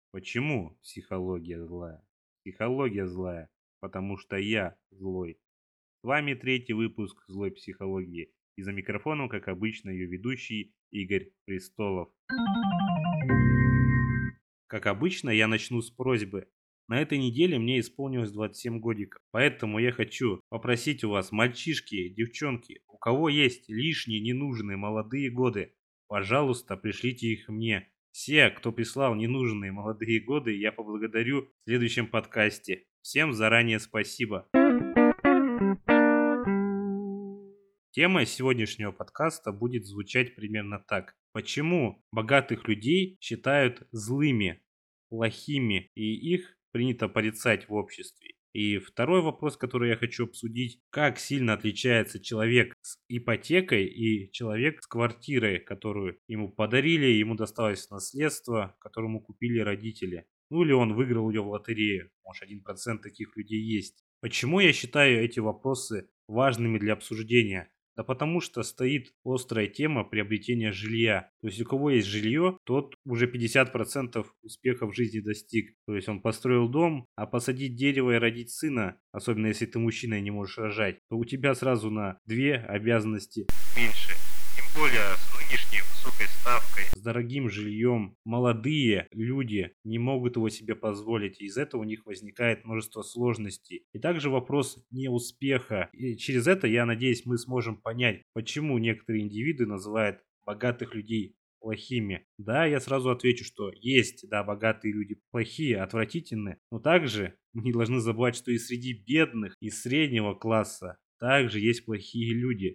Почему психология злая? Психология злая, потому что я злой. С вами третий выпуск злой психологии. И за микрофоном, как обычно, ее ведущий Игорь Престолов. Как обычно, я начну с просьбы. На этой неделе мне исполнилось 27 годиков, поэтому я хочу попросить у вас, мальчишки, девчонки, у кого есть лишние ненужные молодые годы, пожалуйста, пришлите их мне. Все, кто прислал ненужные молодые годы, я поблагодарю в следующем подкасте. Всем заранее спасибо. Тема сегодняшнего подкаста будет звучать примерно так. Почему богатых людей считают злыми, плохими, и их принято порицать в обществе? И второй вопрос, который я хочу обсудить, как сильно отличается человек с ипотекой и человек с квартирой, которую ему подарили, ему досталось в наследство, которому купили родители. Ну или он выиграл ее в лотерею. Может, 1% таких людей есть. Почему я считаю эти вопросы важными для обсуждения? Да потому что стоит острая тема приобретения жилья. То есть у кого есть жилье, тот уже 50% успеха в жизни достиг. То есть он построил дом, а посадить дерево и родить сына, особенно если ты мужчина и не можешь рожать, то у тебя сразу на две обязанности меньше. Тем более с нынешней высокой ставкой, с дорогим жильем, молодые люди не могут его себе позволить, и из этого у них возникает множество сложностей. И также вопрос неуспеха. И через это, я надеюсь, мы сможем понять, почему некоторые индивиды называют богатых людей плохими. Да, я сразу отвечу, что есть, да, богатые люди плохие, отвратительные, но также мы не должны забывать, что и среди бедных, и среднего класса также есть плохие люди.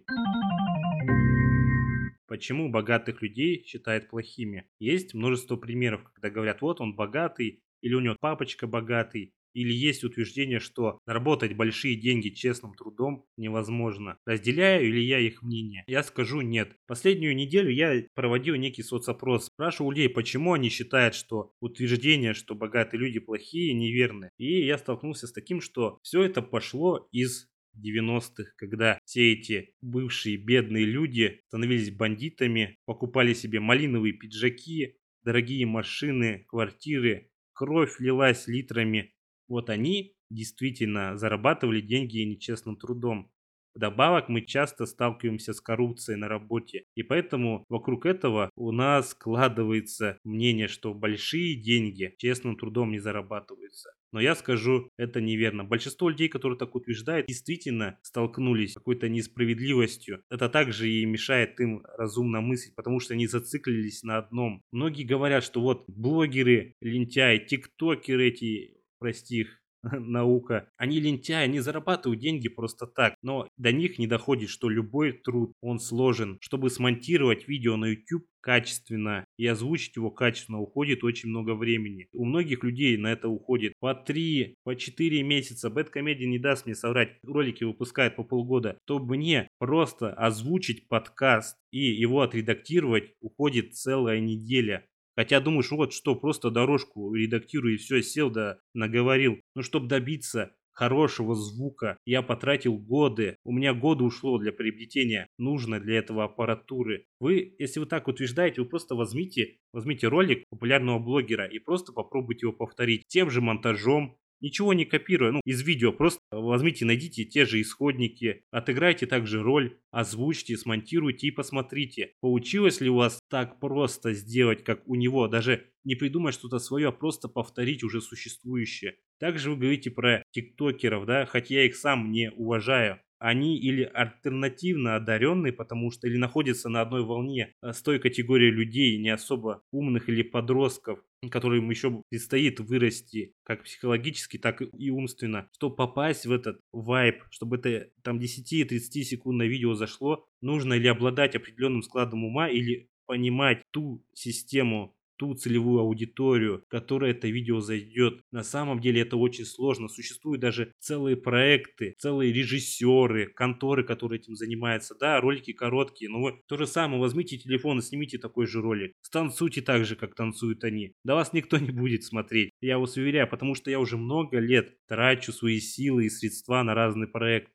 Почему богатых людей считают плохими? Есть множество примеров, когда говорят, вот он богатый, или у него папочка богатый, или есть утверждение, что заработать большие деньги честным трудом невозможно. Разделяю ли я их мнение? Я скажу нет. Последнюю неделю я проводил некий соцопрос. Спрашивал людей, почему они считают, что утверждение, что богатые люди плохие, неверны. И я столкнулся с таким, что все это пошло из 90-х, когда все эти бывшие бедные люди становились бандитами, покупали себе малиновые пиджаки, дорогие машины, квартиры, кровь лилась литрами. Вот они действительно зарабатывали деньги нечестным трудом. Вдобавок мы часто сталкиваемся с коррупцией на работе, и поэтому вокруг этого у нас складывается мнение, что большие деньги честным трудом не зарабатываются. Но я скажу, это неверно. Большинство людей, которые так утверждают, действительно столкнулись с какой-то несправедливостью. Это также и мешает им разумно мыслить, потому что они зациклились на одном. Многие говорят, что вот блогеры, лентяи, тиктокеры эти, прости их, наука. Они лентяи, они зарабатывают деньги просто так, но до них не доходит, что любой труд, он сложен. Чтобы смонтировать видео на YouTube качественно и озвучить его качественно, уходит очень много времени. У многих людей на это уходит по 3, по 4 месяца. Бэдкомедиан не даст мне соврать, ролики выпускает по полгода. Чтобы мне просто озвучить подкаст и его отредактировать, уходит целая неделя. Хотя думаешь, вот что, просто дорожку редактирую и все, сел да наговорил. Но чтобы добиться хорошего звука, я потратил годы. У меня годы ушло для приобретения нужной для этого аппаратуры. Вы, если вы так утверждаете, вы просто возьмите ролик популярного блогера и просто попробуйте его повторить тем же монтажом, ничего не копируя, ну, из видео, просто возьмите, найдите те же исходники, отыграйте также роль, озвучьте, смонтируйте и посмотрите, получилось ли у вас так просто сделать, как у него, даже не придумать что-то свое, а просто повторить уже существующее. Также вы говорите про тиктокеров, да, хотя я их сам не уважаю. Они или альтернативно одаренные, потому что или находятся на одной волне с той категорией людей, не особо умных или подростков, которым еще предстоит вырасти как психологически, так и умственно. Чтобы попасть в этот вайб, чтобы это там 10-30 секундное видео зашло, нужно или обладать определенным складом ума, или понимать ту систему, ту целевую аудиторию, которой это видео зайдет. На самом деле это очень сложно. Существуют даже целые проекты, целые режиссеры, конторы, которые этим занимаются. Да, ролики короткие, но вы то же самое, возьмите телефон и снимите такой же ролик. Станцуйте так же, как танцуют они. Да вас никто не будет смотреть. Я вас уверяю, потому что я уже много лет трачу свои силы и средства на разные проекты.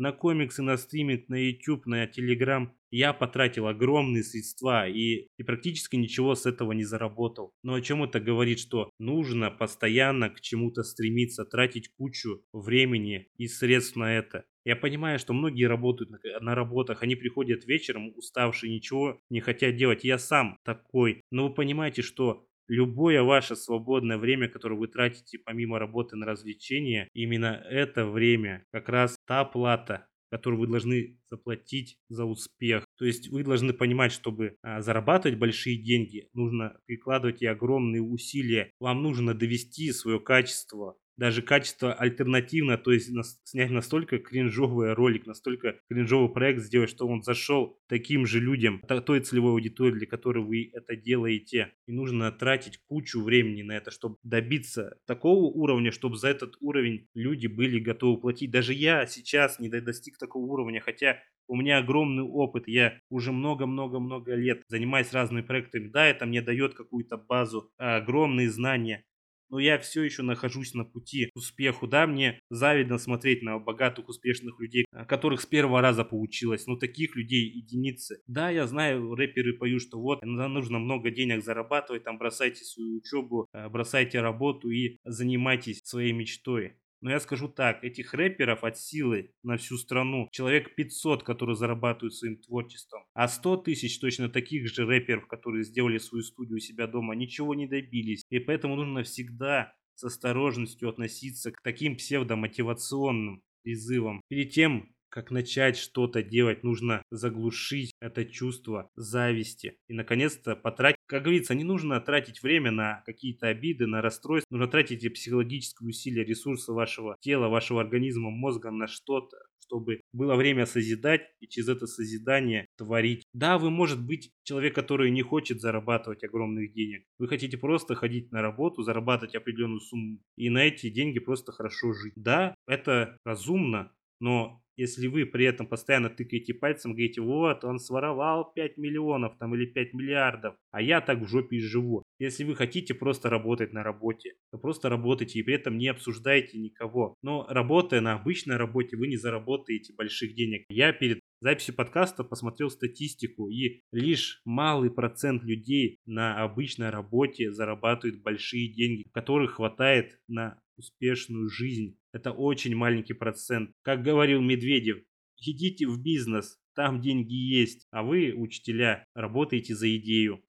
на комиксы, на стриминг, на YouTube, на Telegram. Я потратил огромные средства и практически ничего с этого не заработал. Но о чем это говорит? Что нужно постоянно к чему-то стремиться, тратить кучу времени и средств на это. Я понимаю, что многие работают на работах, они приходят вечером уставшие, ничего не хотят делать. Я сам такой. Но вы понимаете, что любое ваше свободное время, которое вы тратите помимо работы на развлечения, именно это время как раз та плата, которую вы должны заплатить за успех. То есть вы должны понимать, чтобы зарабатывать большие деньги, нужно прикладывать и огромные усилия. Вам нужно довести свое качество, даже качество альтернативно, то есть снять настолько кринжовый ролик, настолько кринжовый проект сделать, что он зашел таким же людям, той целевой аудитории, для которой вы это делаете. И нужно тратить кучу времени на это, чтобы добиться такого уровня, чтобы за этот уровень люди были готовы платить. Даже я сейчас не достиг такого уровня, хотя у меня огромный опыт, я уже много-много-много лет занимаюсь разными проектами. Да, это мне дает какую-то базу, огромные знания, но я все еще нахожусь на пути к успеху. Да, мне завидно смотреть на богатых, успешных людей, которых с первого раза получилось. Но таких людей единицы. Да, я знаю, рэперы поют, что вот, нам нужно много денег зарабатывать, там бросайте свою учебу, бросайте работу и занимайтесь своей мечтой. Но я скажу так, этих рэперов от силы на всю страну человек 500, которые зарабатывают своим творчеством. А 100 тысяч точно таких же рэперов, которые сделали свою студию у себя дома, ничего не добились. И поэтому нужно всегда с осторожностью относиться к таким псевдомотивационным призывам. Перед тем, как начать что-то делать, нужно заглушить это чувство зависти. И, наконец-то, потратить. Как говорится, не нужно тратить время на какие-то обиды, на расстройства. Нужно тратить эти психологические усилия, ресурсы вашего тела, вашего организма, мозга на что-то, чтобы было время созидать и через это созидание творить. Да, вы, может быть, человек, который не хочет зарабатывать огромных денег. Вы хотите просто ходить на работу, зарабатывать определенную сумму и на эти деньги просто хорошо жить. Да, это разумно, но если вы при этом постоянно тыкаете пальцем, говорите, вот, он своровал 5 миллионов там или 5 миллиардов, а я так в жопе живу. Если вы хотите просто работать на работе, то просто работайте и при этом не обсуждайте никого. Но работая на обычной работе, вы не заработаете больших денег. Я перед записью подкаста посмотрел статистику, и лишь малый процент людей на обычной работе зарабатывают большие деньги, которых хватает на успешную жизнь. Это очень маленький процент. Как говорил Медведев, идите в бизнес, там деньги есть, а вы, учителя, работаете за идею.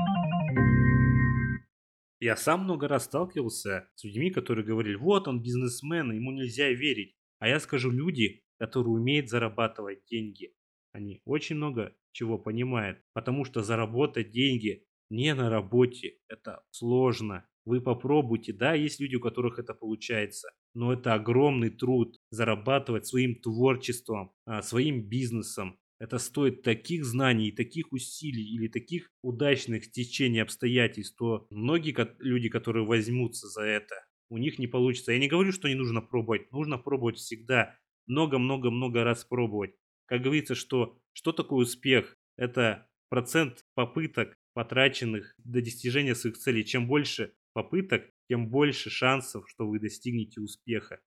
Я сам много раз сталкивался с людьми, которые говорили, вот он бизнесмен, ему нельзя верить. А я скажу, люди, которые умеют зарабатывать деньги, они очень много чего понимают, потому что заработать деньги не на работе, это сложно. Вы попробуйте, да, есть люди, у которых это получается, но это огромный труд зарабатывать своим творчеством, своим бизнесом. Это стоит таких знаний, таких усилий или таких удачных стечений обстоятельств, что многие люди, которые возьмутся за это, у них не получится. Я не говорю, что не нужно пробовать. Нужно пробовать всегда. Много-много-много раз пробовать. Как говорится, что такое успех? Это процент попыток, потраченных до достижения своих целей. Чем больше попыток, тем больше шансов, что вы достигнете успеха.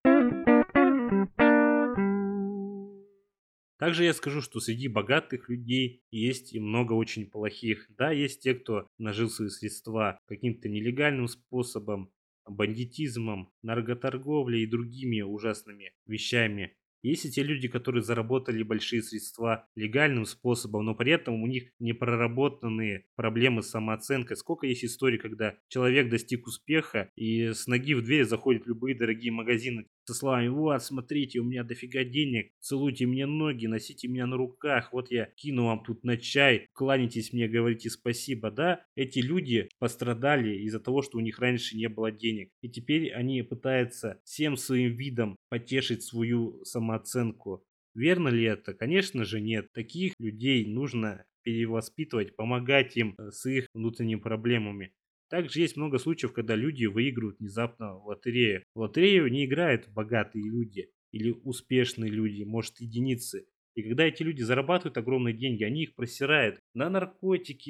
Также я скажу, что среди богатых людей есть и много очень плохих. Да, есть те, кто нажил свои средства каким-то нелегальным способом, бандитизмом, наркоторговлей и другими ужасными вещами. Есть и те люди, которые заработали большие средства легальным способом, но при этом у них не проработанные проблемы с самооценкой. Сколько есть историй, когда человек достиг успеха и с ноги в дверь заходят в любые дорогие магазины со словами, вот, смотрите, у меня дофига денег, целуйте мне ноги, носите меня на руках, вот я кину вам тут на чай, кланяйтесь мне, говорите спасибо, да? Эти люди пострадали из-за того, что у них раньше не было денег. И теперь они пытаются всем своим видом потешить свою самооценку. Верно ли это? Конечно же нет. Таких людей нужно перевоспитывать, помогать им с их внутренними проблемами. Также есть много случаев, когда люди выигрывают внезапно в лотерею. В лотерею не играют богатые люди или успешные люди, может единицы. И когда эти люди зарабатывают огромные деньги, они их просирают на наркотики, на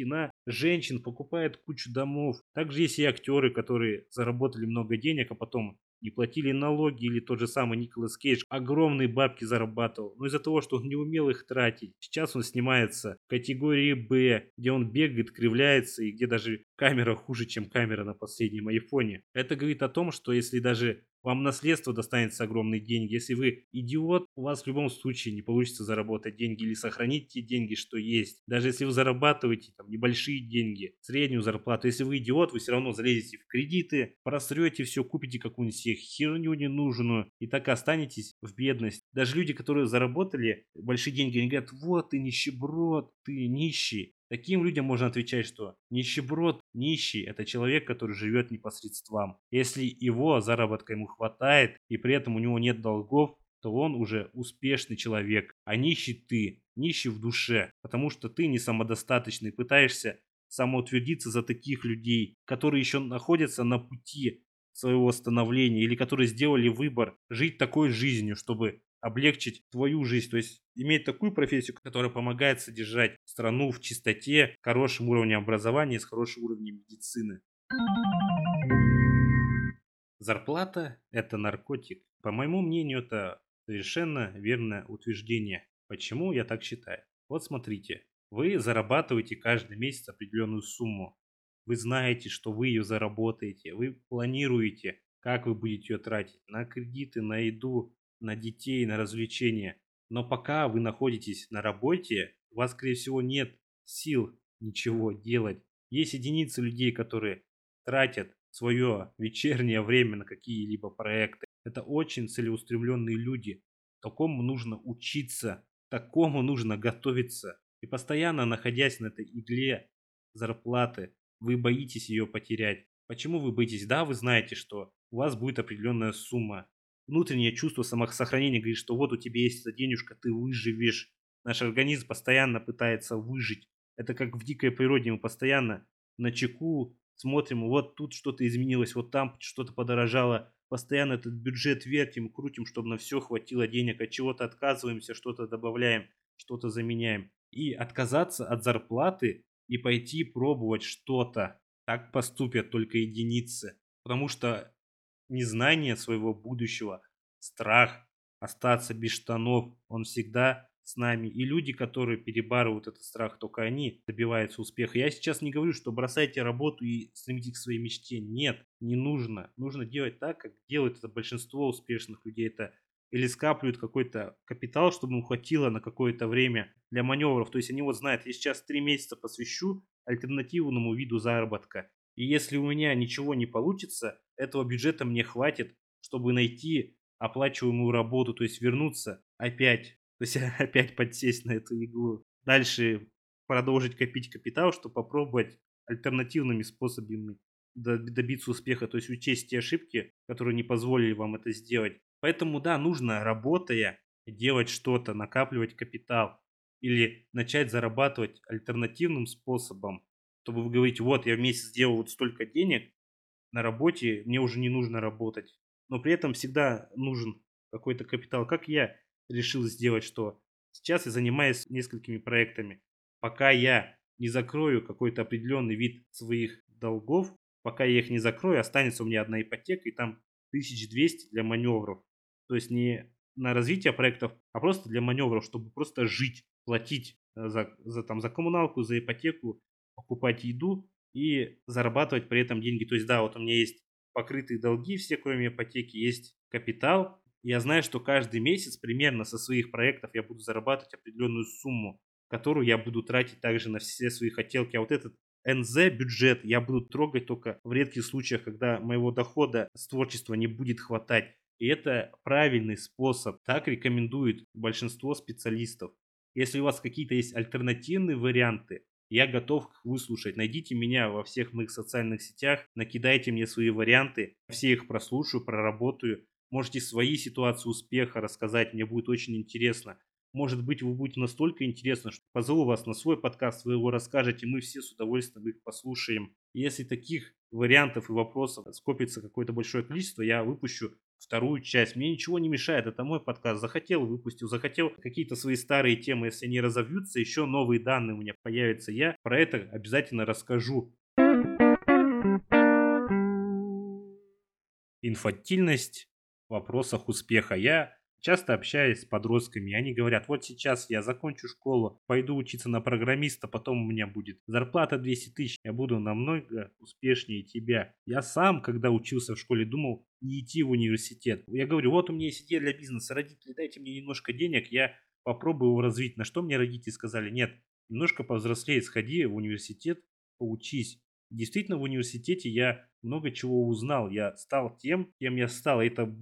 женщин, покупает кучу домов. Также есть и актеры, которые заработали много денег, а потом не платили налоги, или тот же самый Николас Кейдж огромные бабки зарабатывал, но из-за того, что он не умел их тратить. Сейчас он снимается в категории Б, где он бегает, кривляется и где даже камера хуже, чем камера на последнем айфоне. Это говорит о том, что если даже вам наследство достанется огромные деньги, если вы идиот, у вас в любом случае не получится заработать деньги или сохранить те деньги, что есть. Даже если вы зарабатываете там небольшие деньги, среднюю зарплату, если вы идиот, вы все равно залезете в кредиты, просрете все, купите какую-нибудь себе херню ненужную и так и останетесь в бедность. Даже люди, которые заработали большие деньги, они говорят: вот ты нищеброд, ты нищий. Таким людям можно отвечать, что нищеброд, нищий – это человек, который живет непосредством. Если его заработка ему хватает и при этом у него нет долгов, то он уже успешный человек. А нищий ты, нищий в душе, потому что ты не самодостаточный, пытаешься самоутвердиться за таких людей, которые еще находятся на пути своего становления или которые сделали выбор жить такой жизнью, чтобы облегчить твою жизнь, то есть иметь такую профессию, которая помогает содержать страну в чистоте, хорошим уровнем образования, с хорошим уровнем медицины. Зарплата – это наркотик. По моему мнению, это совершенно верное утверждение. Почему я так считаю? Вот смотрите, вы зарабатываете каждый месяц определенную сумму. Вы знаете, что вы ее заработаете. Вы планируете, как вы будете ее тратить на кредиты, на еду, на детей, на развлечения. Но пока вы находитесь на работе, у вас, скорее всего, нет сил ничего делать. Есть единицы людей, которые тратят свое вечернее время на какие-либо проекты. Это очень целеустремленные люди. Такому нужно учиться, такому нужно готовиться. И постоянно находясь на этой игле зарплаты, вы боитесь ее потерять. Почему вы боитесь? Да, вы знаете, что у вас будет определенная сумма. Внутреннее чувство самосохранения говорит, что вот у тебя есть эта денежка, ты выживешь. Наш организм постоянно пытается выжить. Это как в дикой природе, мы постоянно на чеку, смотрим, вот тут что-то изменилось, вот там что-то подорожало. Постоянно этот бюджет вертим, крутим, чтобы на все хватило денег. От чего-то отказываемся, что-то добавляем, что-то заменяем. И отказаться от зарплаты и пойти пробовать что-то. Так поступят только единицы. Потому что незнание своего будущего, страх остаться без штанов, он всегда с нами. И люди, которые перебарывают этот страх, только они добиваются успеха. Я сейчас не говорю, что бросайте работу и стремитесь к своей мечте. Нет, не нужно. Нужно делать так, как делает это большинство успешных людей. Это или скапливают какой-то капитал, чтобы им хватило на какое-то время для маневров. То есть они вот знают, я сейчас 3 месяца посвящу альтернативному виду заработка. И если у меня ничего не получится, этого бюджета мне хватит, чтобы найти оплачиваемую работу, то есть вернуться опять, то есть опять подсесть на эту иглу. Дальше продолжить копить капитал, чтобы попробовать альтернативными способами добиться успеха, то есть учесть те ошибки, которые не позволили вам это сделать. Поэтому да, нужно, работая, делать что-то, накапливать капитал или начать зарабатывать альтернативным способом, чтобы вы говорите, вот я в месяц сделал вот столько денег, на работе мне уже не нужно работать. Но при этом всегда нужен какой-то капитал. Как я решил сделать, что сейчас я занимаюсь несколькими проектами. Пока я не закрою какой-то определенный вид своих долгов, пока я их не закрою, останется у меня одна ипотека и там 1200 для маневров. То есть не на развитие проектов, а просто для маневров, чтобы просто жить, платить за коммуналку, за ипотеку, покупать еду и зарабатывать при этом деньги. То есть, да, вот у меня есть покрытые долги все, кроме ипотеки, есть капитал. Я знаю, что каждый месяц примерно со своих проектов я буду зарабатывать определенную сумму, которую я буду тратить также на все свои хотелки. А вот этот НЗ-бюджет я буду трогать только в редких случаях, когда моего дохода с творчества не будет хватать. И это правильный способ. Так рекомендует большинство специалистов. Если у вас какие-то есть альтернативные варианты, я готов их выслушать. Найдите меня во всех моих социальных сетях, накидайте мне свои варианты, все их прослушаю, проработаю. Можете свои ситуации успеха рассказать, мне будет очень интересно. Может быть, вы будете настолько интересны, что позову вас на свой подкаст, вы его расскажете, мы все с удовольствием их послушаем. Если таких вариантов и вопросов скопится какое-то большое количество, я выпущу вторую часть. Мне ничего не мешает, это мой подкаст. Захотел — выпустил, захотел — какие-то свои старые темы, если они разовьются, еще новые данные у меня появятся, я про это обязательно расскажу. Инфантильность в вопросах успеха. Я часто общаюсь с подростками, и они говорят: вот сейчас я закончу школу, пойду учиться на программиста, потом у меня будет зарплата 200 тысяч, я буду намного успешнее тебя. Я сам, когда учился в школе, думал не идти в университет. Я говорю: вот у меня есть идея для бизнеса, родители, дайте мне немножко денег, я попробую его развить. На что мне родители сказали: нет, немножко повзрослее, сходи в университет, поучись. Действительно, в университете я много чего узнал. Я стал тем, кем я стал.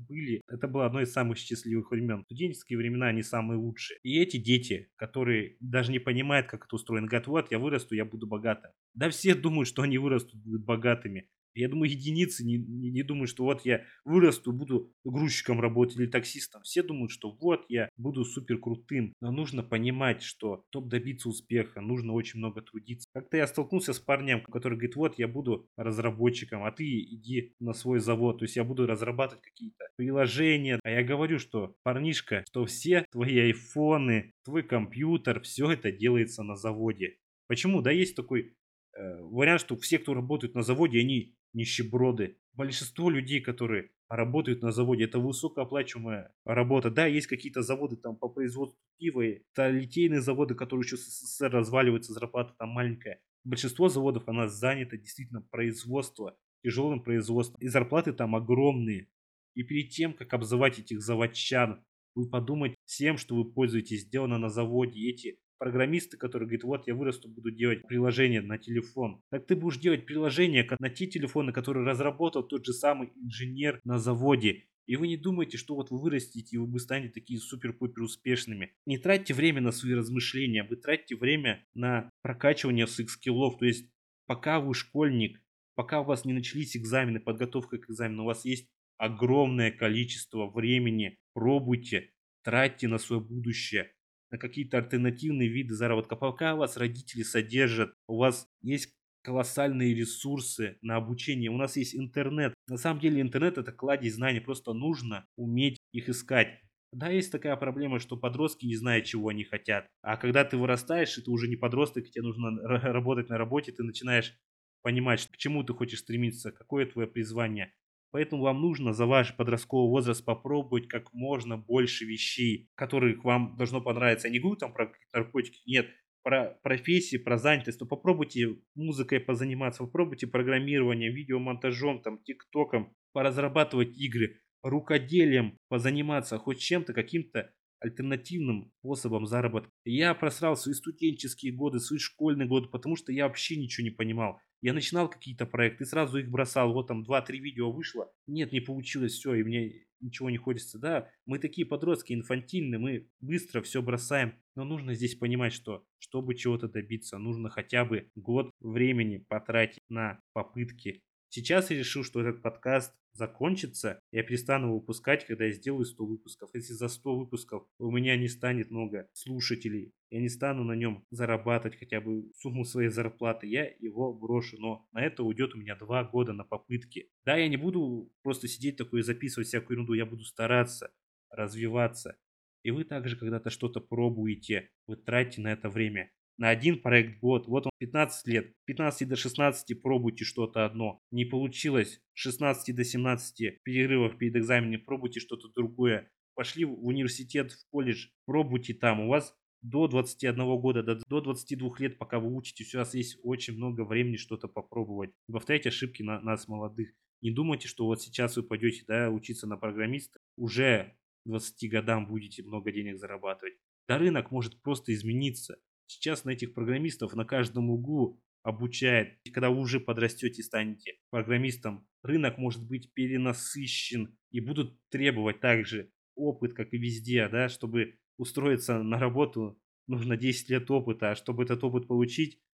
Это было одно из самых счастливых времен. Студенческие времена, они самые лучшие. И эти дети, которые даже не понимают, как это устроено, говорят: вот я вырасту, я буду богатым. Да все думают, что они вырастут, будут богатыми. Я думаю, единицы не думают, что вот я вырасту, буду грузчиком работать или таксистом. Все думают, что вот я буду супер крутым. Но нужно понимать, что чтобы добиться успеха, нужно очень много трудиться. Как-то я столкнулся с парнем, который говорит: вот я буду разработчиком, а ты иди на свой завод. То есть я буду разрабатывать какие-то приложения. А я говорю, что парнишка, что все твои айфоны, твой компьютер, все это делается на заводе. Почему? Да, есть такой вариант, что все, кто работают на заводе, они нищеброды. Большинство людей, которые работают на заводе, это высокооплачиваемая работа. Да, есть какие-то заводы там по производству пива, это литейные заводы, которые еще с СССР разваливаются, зарплата там маленькая. Большинство заводов, она занята действительно производством, тяжелым производством, и зарплаты там огромные. И перед тем, как обзывать этих заводчан, вы подумайте всем, что вы пользуетесь, сделано на заводе. Эти программисты, которые говорят: вот я вырасту, буду делать приложение на телефон. Так ты будешь делать приложение на те телефоны, которые разработал тот же самый инженер на заводе. И вы не думаете, что вот вы вырастете, и вы станете такие супер-пупер успешными. Не тратьте время на свои размышления, вы тратите время на прокачивание своих скиллов. То есть пока вы школьник, пока у вас не начались экзамены, подготовка к экзамену, у вас есть огромное количество времени. Пробуйте, тратьте на свое будущее, на какие-то альтернативные виды заработка. Пока вас родители содержат, у вас есть колоссальные ресурсы на обучение, у нас есть интернет. На самом деле интернет — это кладезь знаний, просто нужно уметь их искать. Да, есть такая проблема, что подростки не знают, чего они хотят. А когда ты вырастаешь, и ты уже не подросток, и тебе нужно работать на работе, ты начинаешь понимать, к чему ты хочешь стремиться, какое твое призвание. Поэтому вам нужно за ваш подростковый возраст попробовать как можно больше вещей, которых вам должно понравиться. Я не говорю там про какие-то наркотики, нет, про профессии, про занятость. Но попробуйте музыкой позаниматься, попробуйте программированием, видеомонтажом, там, тиктоком, поразрабатывать игры, рукоделием позаниматься, хоть чем-то, каким-то альтернативным способом заработка. Я просрал свои студенческие годы, свои школьные годы, потому что я вообще ничего не понимал. Я начинал какие-то проекты, сразу их бросал. Вот там 2-3 видео вышло. Нет, не получилось, все, и мне ничего не хочется. Да, мы такие подростки инфантильны, мы быстро все бросаем. Но нужно здесь понимать, что чтобы чего-то добиться, нужно хотя бы год времени потратить на попытки. Сейчас я решил, что этот подкаст закончится. Я перестану его выпускать, когда я сделаю 100 выпусков. Если за 100 выпусков у меня не станет много слушателей, я не стану на нем зарабатывать хотя бы сумму своей зарплаты, я его брошу. Но на это уйдет у меня 2 года на попытки. Да, я не буду просто сидеть такой и записывать всякую ерунду, я буду стараться развиваться. И вы также когда-то что-то пробуете, вы тратите на это время. На один проект год, вот он 15 лет, с 15 до 16 пробуйте что-то одно. Не получилось, с 16 до 17 в перерывах перед экзаменом пробуйте что-то другое. Пошли в университет, в колледж, пробуйте там. У вас до 21 года, до 22 лет, пока вы учитесь, у вас есть очень много времени что-то попробовать. Не повторяйте ошибки нас, молодых. Не думайте, что вот сейчас вы пойдете, да, учиться на программиста, уже к 20 годам будете много денег зарабатывать. Да, рынок может просто измениться. Сейчас на этих программистов на каждом углу обучает. И когда вы уже подрастете и станете программистом, рынок может быть перенасыщен и будут требовать также опыт, как и везде, да, чтобы устроиться на работу, нужно 10 лет опыта, а чтобы этот опыт получить,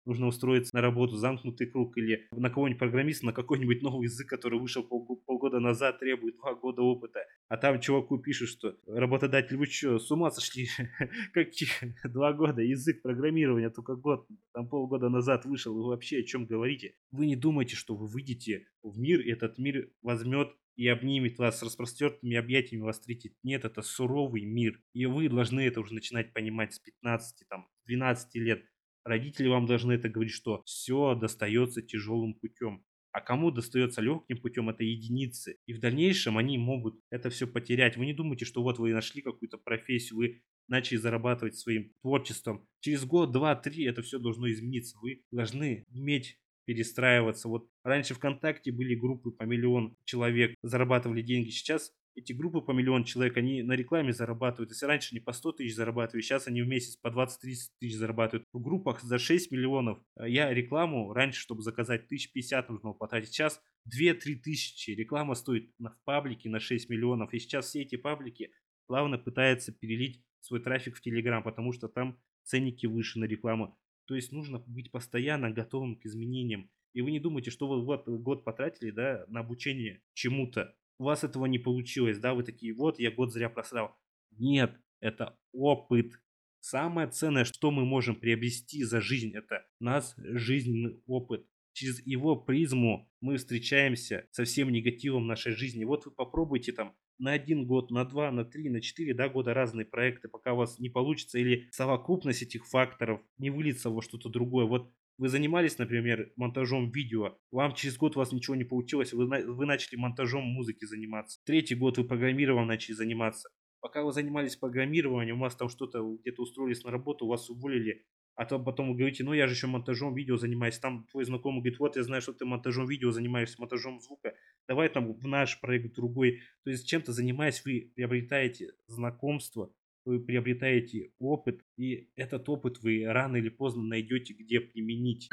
нужно устроиться на работу, замкнутый круг, или на кого-нибудь программиста, на какой-нибудь новый язык, который вышел полгода назад, требует 2 года опыта. А там чуваку пишут, что работодатель, вы что, с ума сошли? Каких 2 года? Язык программирования только год, там полгода назад вышел. Вы вообще о чем говорите? Вы не думайте, что вы выйдете в мир, и этот мир возьмет и обнимет вас с распростертыми объятиями, вас встретит. Нет, это суровый мир. И вы должны это уже начинать понимать с 15, там, 12 лет. Родители вам должны это говорить, что все достается тяжелым путем. А кому достается легким путем, это единицы. И в дальнейшем они могут это все потерять. Вы не думайте, что вот вы нашли какую-то профессию, вы начали зарабатывать своим творчеством. Через год, два, три это все должно измениться. Вы должны уметь перестраиваться. Вот раньше ВКонтакте были группы по миллион человек, зарабатывали деньги. Сейчас эти группы по миллион человек, они на рекламе зарабатывают. Если раньше они по 100 тысяч зарабатывали, сейчас они в месяц по 20-30 тысяч зарабатывают. В группах за 6 миллионов. Я рекламу раньше, чтобы заказать 1050, нужно было потратить. Сейчас 2-3 тысячи. Реклама стоит в паблике на 6 миллионов. И сейчас все эти паблики плавно пытаются перелить свой трафик в Телеграм, потому что там ценники выше на рекламу. То есть нужно быть постоянно готовым к изменениям. И вы не думайте, что вы вот год потратили, да, на обучение чему-то. У вас этого не получилось, да, вы такие, вот, я год зря просрал. Нет, это опыт. Самое ценное, что мы можем приобрести за жизнь, это нас жизненный опыт. Через его призму мы встречаемся со всем негативом нашей жизни. Вот вы попробуйте там на 1 год, на 2, на 3, на 4, да, года разные проекты, пока у вас не получится, или совокупность этих факторов не выльется во что-то другое. Вот вы занимались, например, монтажом видео, вам через год у вас ничего не получилось, вы начали монтажом музыки заниматься. Третий год вы программированием начали заниматься. Пока вы занимались программированием, у вас там что-то, где-то устроились на работу, вас уволили, а то потом вы говорите, ну я же еще монтажом видео занимаюсь. Там твой знакомый говорит, вот я знаю, что ты монтажом видео занимаешься, монтажом звука, давай там в наш проект другой. То есть чем-то занимаясь, вы приобретаете знакомство, вы приобретаете опыт, и этот опыт вы рано или поздно найдете, где применить.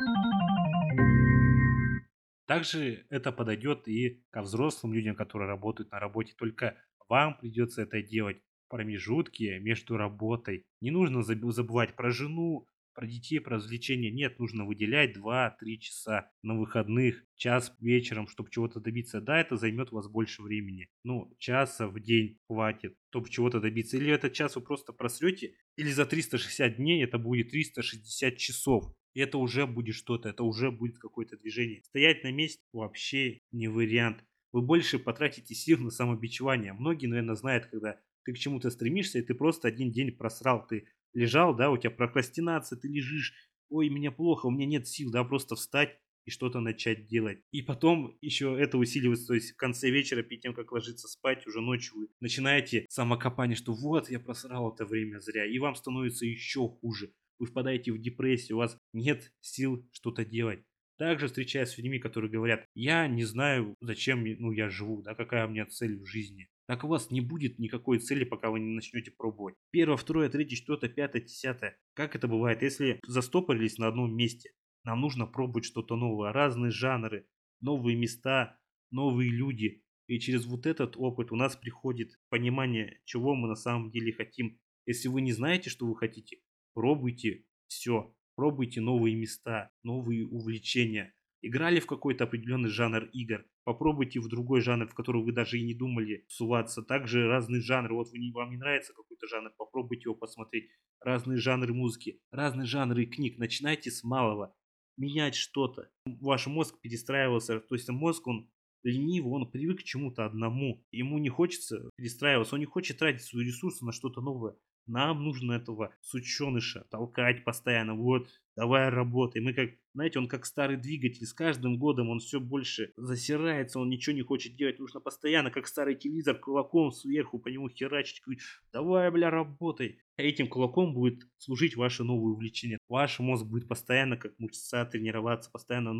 Также это подойдет и ко взрослым людям, которые работают на работе. Только вам придется это делать в промежутке между работой. Не нужно забывать про жену, про детей, про развлечения. Нет, нужно выделять 2-3 часа на выходных, час вечером, чтобы чего-то добиться. Да, это займет у вас больше времени. Ну, часа в день хватит, чтобы чего-то добиться. Или этот час вы просто просрете, или за 360 дней это будет 360 часов. И это уже будет что-то, это уже будет какое-то движение. Стоять на месте вообще не вариант. Вы больше потратите сил на самобичевание. Многие, наверное, знают, когда ты к чему-то стремишься, и ты просто один день просрал. Ты лежал, да, у тебя прокрастинация, ты лежишь, ой, мне плохо, у меня нет сил, да, просто встать и что-то начать делать. И потом еще это усиливается, то есть в конце вечера, перед тем, как ложиться спать, уже ночью вы начинаете самокопание, что вот, я просрал это время зря, и вам становится еще хуже. Вы впадаете в депрессию, у вас нет сил что-то делать. Также встречаюсь с людьми, которые говорят, я не знаю, зачем ну, я живу, да, какая у меня цель в жизни. Так у вас не будет никакой цели, пока вы не начнете пробовать. Первое, второе, третье, четвертое, пятое, десятое. Как это бывает, если застопорились на одном месте? Нам нужно пробовать что-то новое, разные жанры, новые места, новые люди. И через вот этот опыт у нас приходит понимание, чего мы на самом деле хотим. Если вы не знаете, что вы хотите, пробуйте все. Пробуйте новые места, новые увлечения. Играли в какой-то определенный жанр игр, попробуйте в другой жанр, в который вы даже и не думали суваться. Также разные жанры. Вот вам не нравится какой-то жанр, попробуйте его посмотреть. Разные жанры музыки, разные жанры книг. Начинайте с малого. Менять что-то. Ваш мозг перестраивался. То есть мозг, он ленивый, он привык к чему-то одному. Ему не хочется перестраиваться, он не хочет тратить свои ресурсы на что-то новое. Нам нужно этого сученыша толкать постоянно. Вот, давай работай. Мы как, знаете, он как старый двигатель. С каждым годом он все больше засирается, он ничего не хочет делать. Нужно постоянно, как старый телевизор, кулаком сверху по нему херачить. Говорить, давай, бля, работай. А этим кулаком будет служить ваше новое увлечение. Ваш мозг будет постоянно, как мышца, тренироваться, постоянно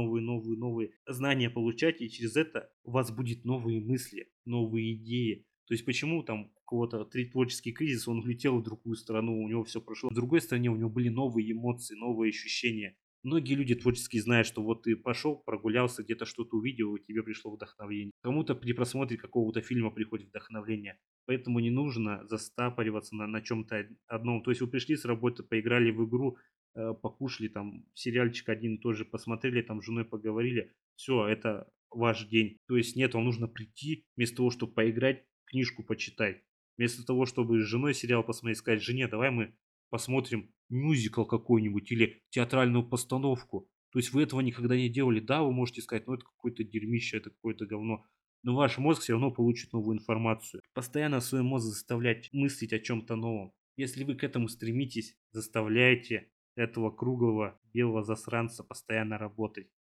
новые знания получать. И через это у вас будет новые мысли, новые идеи. То есть почему там у кого-то творческий кризис, он улетел в другую страну, у него все прошло. В другой стране у него были новые эмоции, новые ощущения. Многие люди творческие знают, что вот ты пошел, прогулялся, где-то что-то увидел, и тебе пришло вдохновение. Кому-то при просмотре какого-то фильма приходит вдохновение. Поэтому не нужно застапориваться на чем-то одном. То есть вы пришли с работы, поиграли в игру, покушали там сериальчик один тоже, посмотрели, там с женой поговорили. Все, это ваш день. То есть нет, вам нужно прийти вместо того, чтобы поиграть, книжку почитать. Вместо того, чтобы с женой сериал посмотреть, сказать жене, давай мы посмотрим мюзикл какой-нибудь или театральную постановку. То есть вы этого никогда не делали. Да, вы можете сказать, ну это какое-то дерьмище, это какое-то говно. Но ваш мозг все равно получит новую информацию. Постоянно свой мозг заставлять мыслить о чем-то новом. Если вы к этому стремитесь, заставляйте этого круглого белого засранца постоянно работать.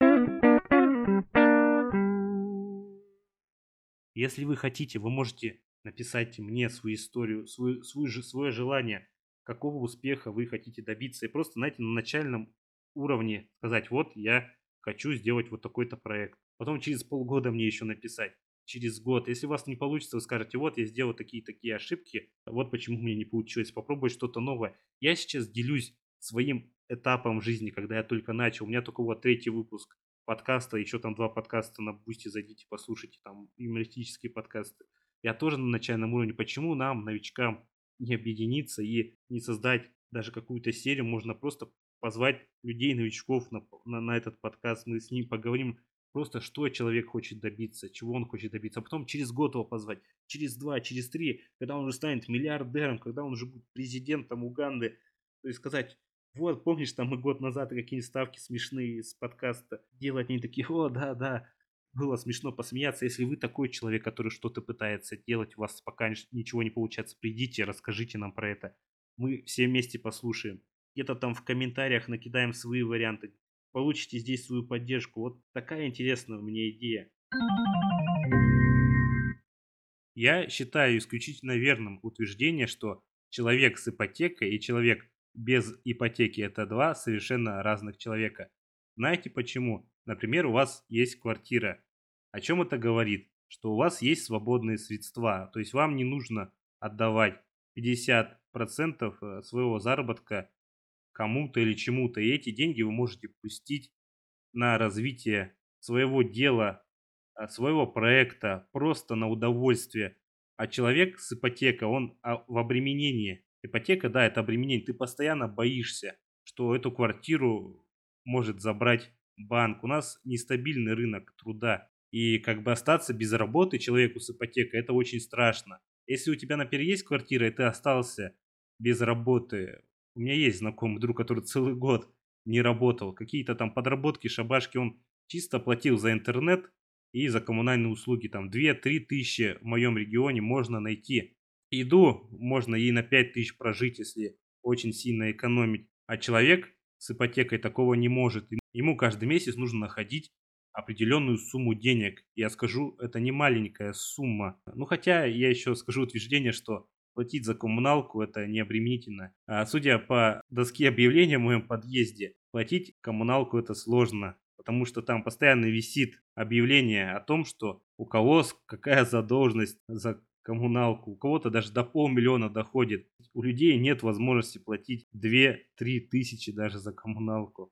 Если вы хотите, вы можете написать мне свою историю, свое желание, какого успеха вы хотите добиться. И просто, знаете, на начальном уровне сказать, вот я хочу сделать вот такой-то проект. Потом через полгода мне еще написать. Через год. Если у вас не получится, вы скажете, вот я сделал такие-такие ошибки, вот почему мне не получилось. Попробовать что-то новое. Я сейчас делюсь своим этапом жизни, когда я только начал. У меня только вот третий выпуск подкаста, еще там 2 подкаста на Бусти, зайдите, послушайте, там юмористические подкасты. Я тоже на начальном уровне. Почему нам, новичкам, не объединиться и не создать даже какую-то серию? Можно просто позвать людей, новичков на этот подкаст, мы с ним поговорим просто, что человек хочет добиться, чего он хочет добиться, а потом через год его позвать, через 2, через 3, когда он уже станет миллиардером, когда он уже будет президентом Уганды, то есть сказать, вот, помнишь, там мы год назад какие-нибудь ставки смешные с подкаста делать, они такие, о, да, да, было смешно посмеяться. Если вы такой человек, который что-то пытается делать, у вас пока ничего не получается, придите, расскажите нам про это. Мы все вместе послушаем. Где-то там в комментариях накидаем свои варианты. Получите здесь свою поддержку. Вот такая интересная у меня идея. Я считаю исключительно верным утверждение, что человек с ипотекой и человек без ипотеки – это два совершенно разных человека. Знаете почему? Например, у вас есть квартира. О чем это говорит? Что у вас есть свободные средства, то есть вам не нужно отдавать 50% своего заработка кому-то или чему-то, и эти деньги вы можете пустить на развитие своего дела, своего проекта, просто на удовольствие. А человек с ипотекой, он в обременении. Ипотека, да, это обременение. Ты постоянно боишься, что эту квартиру может забрать банк. У нас нестабильный рынок труда. И как бы остаться без работы человеку с ипотекой, это очень страшно. Если у тебя, например, есть квартира, и ты остался без работы. У меня есть знакомый друг, который целый год не работал. Какие-то там подработки, шабашки он чисто платил за интернет и за коммунальные услуги. Там 2-3 тысячи в моем регионе можно найти. Еду можно и на 5 тысяч прожить, если очень сильно экономить. А человек с ипотекой такого не может. Ему каждый месяц нужно находить определенную сумму денег. Я скажу, это не маленькая сумма. Ну, хотя я еще скажу утверждение, что платить за коммуналку это не обременительно. А судя по доске объявления в моем подъезде, платить коммуналку это сложно, потому что там постоянно висит объявление о том, что у кого какая задолженность за коммуналку, у кого-то даже до полмиллиона доходит. У людей нет возможности платить 2-3 тысячи даже за коммуналку.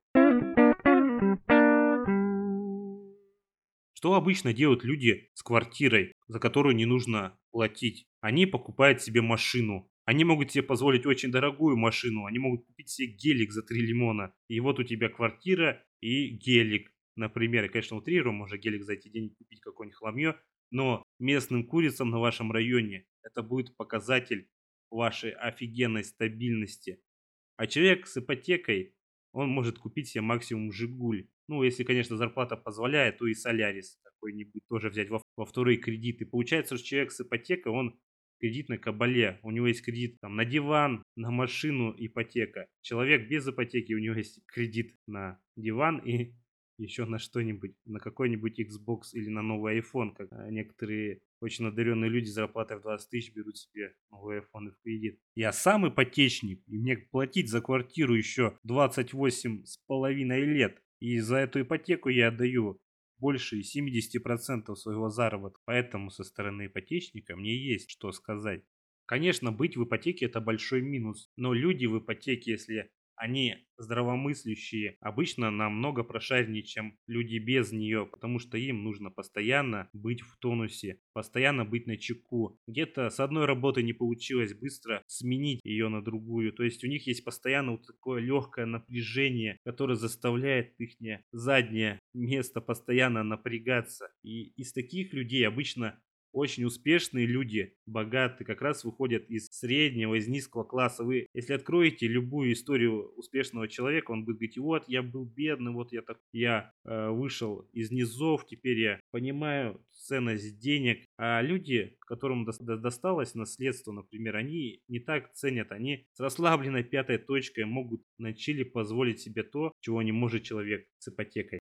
Что обычно делают люди с квартирой, за которую не нужно платить? Они покупают себе машину. Они могут себе позволить очень дорогую машину. Они могут купить себе гелик за 3 лимона. И вот у тебя квартира и гелик. Например, я, конечно, утрирую, можно гелик за эти деньги купить какое-нибудь хламье. Но местным курицам на вашем районе это будет показатель вашей офигенной стабильности. А человек с ипотекой, он может купить себе максимум «Жигуль». Ну, если, конечно, зарплата позволяет, то и «Солярис» какой-нибудь тоже взять во вторые кредиты. Получается, что человек с ипотекой, он в кредитной кабале. У него есть кредит там, на диван, на машину, ипотека. Человек без ипотеки, у него есть кредит на диван и еще на что-нибудь, на какой-нибудь Xbox или на новый iPhone, как некоторые очень одаренные люди с зарплатой в 20 тысяч берут себе новый iPhone в кредит. Я сам ипотечник, и мне платить за квартиру еще 28,5 лет. И за эту ипотеку я отдаю больше 70% своего заработка. Поэтому со стороны ипотечника мне есть что сказать. Конечно, быть в ипотеке это большой минус, но люди в ипотеке, если они здравомыслящие, обычно намного прошареннее, чем люди без нее, потому что им нужно постоянно быть в тонусе, постоянно быть на чеку. Где-то с одной работы не получилось быстро сменить ее на другую. То есть у них есть постоянно вот такое легкое напряжение, которое заставляет их заднее место постоянно напрягаться. И из таких людей обычно очень успешные люди, богатые, как раз выходят из среднего, из низкого класса. Вы, если откроете любую историю успешного человека, он будет говорить: вот я был бедный, вот я вышел из низов, теперь я понимаю ценность денег. А люди, которым досталось наследство, например, они не так ценят, они с расслабленной пятой точкой могут начали позволить себе то, чего не может человек с ипотекой.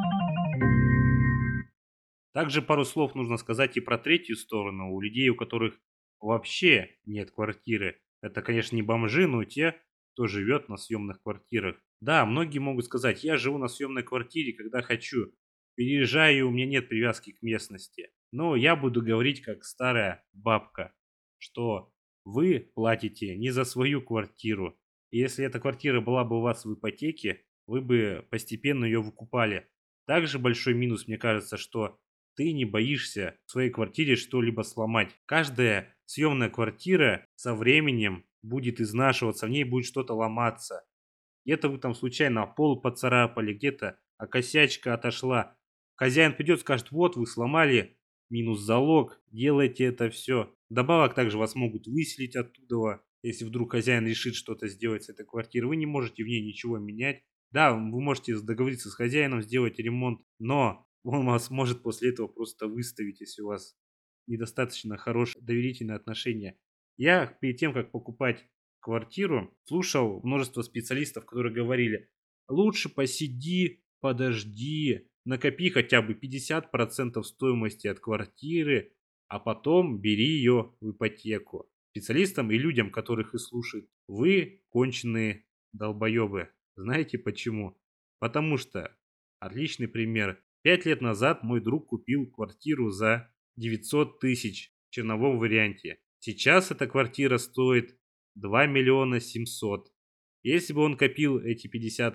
Также пару слов нужно сказать и про третью сторону. У людей, у которых вообще нет квартиры. Это, конечно, не бомжи, но те, кто живет на съемных квартирах. Да, многие могут сказать: я живу на съемной квартире, когда хочу. Переезжаю, у меня нет привязки к местности. Но я буду говорить как старая бабка, что вы платите не за свою квартиру. И если эта квартира была бы у вас в ипотеке, вы бы постепенно ее выкупали. Также большой минус, мне кажется, что ты не боишься в своей квартире что-либо сломать. Каждая съемная квартира со временем будет изнашиваться, в ней будет что-то ломаться. Где-то вы там случайно пол поцарапали, где-то косячка отошла. Хозяин придет, скажет: вот вы сломали, минус залог, делайте это все. Добавок также вас могут выселить оттуда, если вдруг хозяин решит что-то сделать с этой квартирой. Вы не можете в ней ничего менять. Да, вы можете договориться с хозяином, сделать ремонт, но он вас может после этого просто выставить, если у вас недостаточно хорошие доверительные отношения. Я перед тем, как покупать квартиру, слушал множество специалистов, которые говорили: лучше посиди, подожди, накопи хотя бы 50% стоимости от квартиры, а потом бери ее в ипотеку. Специалистам и людям, которых и слушают: вы конченые долбоебы. Знаете почему? Потому что, отличный пример, 5 лет назад мой друг купил квартиру за 900 тысяч в черновом варианте. Сейчас эта квартира стоит 2 миллиона 700. Если бы он копил эти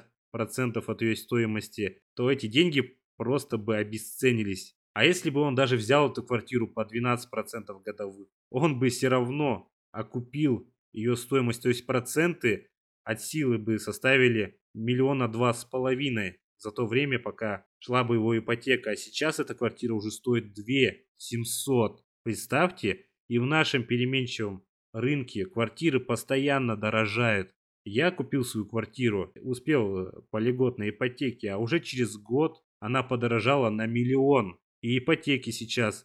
50% от ее стоимости, то эти деньги просто бы обесценились. А если бы он даже взял эту квартиру по 12% годовых, он бы все равно окупил ее стоимость. То есть проценты от силы бы составили миллиона 2,5 за то время, пока шла бы его ипотека. А сейчас эта квартира уже стоит 2 700. Представьте, и в нашем переменчивом рынке квартиры постоянно дорожают. Я купил свою квартиру, успел по льготной ипотеке, а уже через год она подорожала на миллион. И ипотеки сейчас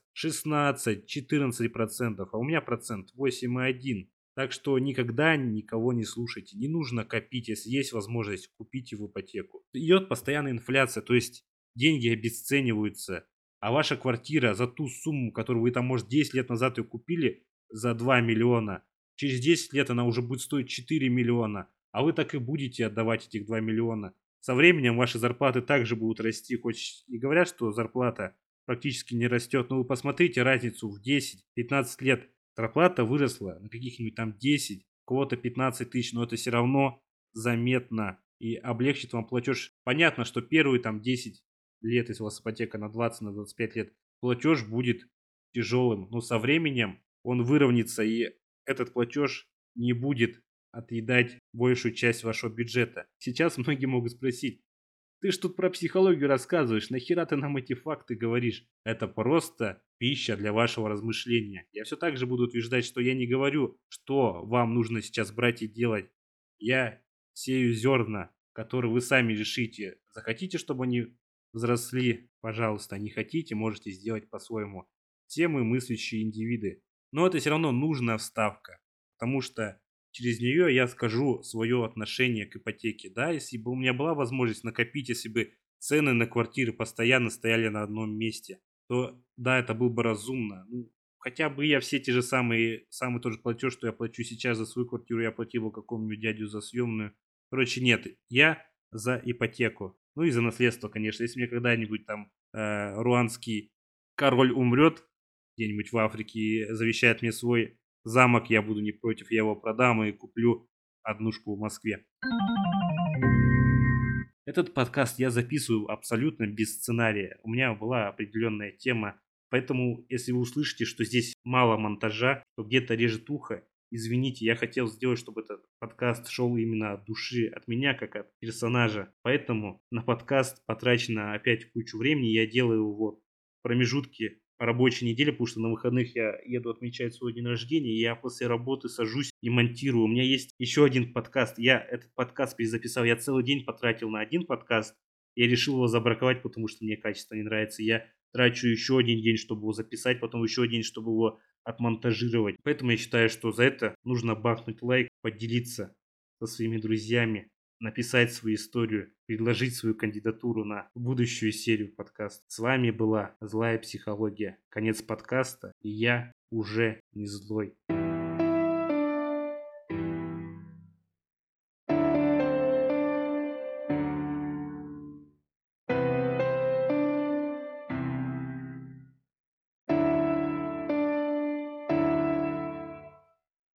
16-14%, а у меня процент 8,1. Так что никогда никого не слушайте. Не нужно копить, если есть возможность, купите в ипотеку. Идет постоянная инфляция, то есть деньги обесцениваются. А ваша квартира за ту сумму, которую вы там, может, 10 лет назад ее купили за 2 миллиона, через 10 лет она уже будет стоить 4 миллиона. А вы так и будете отдавать этих 2 миллиона. Со временем ваши зарплаты также будут расти. Хоть и говорят, что зарплата практически не растет, но вы посмотрите разницу в 10-15 лет. Зарплата выросла на каких-нибудь там 10, у кого-то 15 тысяч, но это все равно заметно и облегчит вам платеж. Понятно, что первые там 10 лет, если у вас ипотека на 20, на 25 лет, платеж будет тяжелым, но со временем он выровняется, и этот платеж не будет отъедать большую часть вашего бюджета. Сейчас многие могут спросить: ты ж тут про психологию рассказываешь, нахера ты нам эти факты говоришь? Это просто пища для вашего размышления. Я все так же буду утверждать, что я не говорю, что вам нужно сейчас брать и делать. Я сею зерна, которые вы сами решите. Захотите, чтобы они взросли, пожалуйста. Не хотите, можете сделать по-своему. Все мы мыслящие индивиды. Но это все равно нужная вставка, потому что через нее я скажу свое отношение к ипотеке. Да, если бы у меня была возможность накопить, если бы цены на квартиры постоянно стояли на одном месте, то да, это было бы разумно. Ну, хотя бы я все те же самый тот же платеж, что я плачу сейчас за свою квартиру, я платил бы какому-нибудь дядю за съемную. Короче, нет, я за ипотеку. Ну и за наследство, конечно. Если мне когда-нибудь там руанский король умрет где-нибудь в Африке и завещает мне свой замок, я буду не против, я его продам и куплю однушку в Москве. Этот подкаст я записываю абсолютно без сценария. У меня была определенная тема, поэтому если вы услышите, что здесь мало монтажа, то где-то режет ухо, извините, я хотел сделать, чтобы этот подкаст шел именно от души, от меня, как от персонажа. Поэтому на подкаст потрачено опять кучу времени. Я делаю его в промежутке рабочей недели, потому что на выходных я еду отмечать свой день рождения, и я после работы сажусь и монтирую. У меня есть еще один подкаст. Я этот подкаст перезаписал. Я целый день потратил на один подкаст. Я решил его забраковать, потому что мне качество не нравится. Я трачу еще один день, чтобы его записать, потом еще один, чтобы его отмонтажировать. Поэтому я считаю, что за это нужно бахнуть лайк, поделиться со своими друзьями, написать свою историю, предложить свою кандидатуру на будущую серию подкаста. С вами была Злая психология. Конец подкаста, и я уже не злой.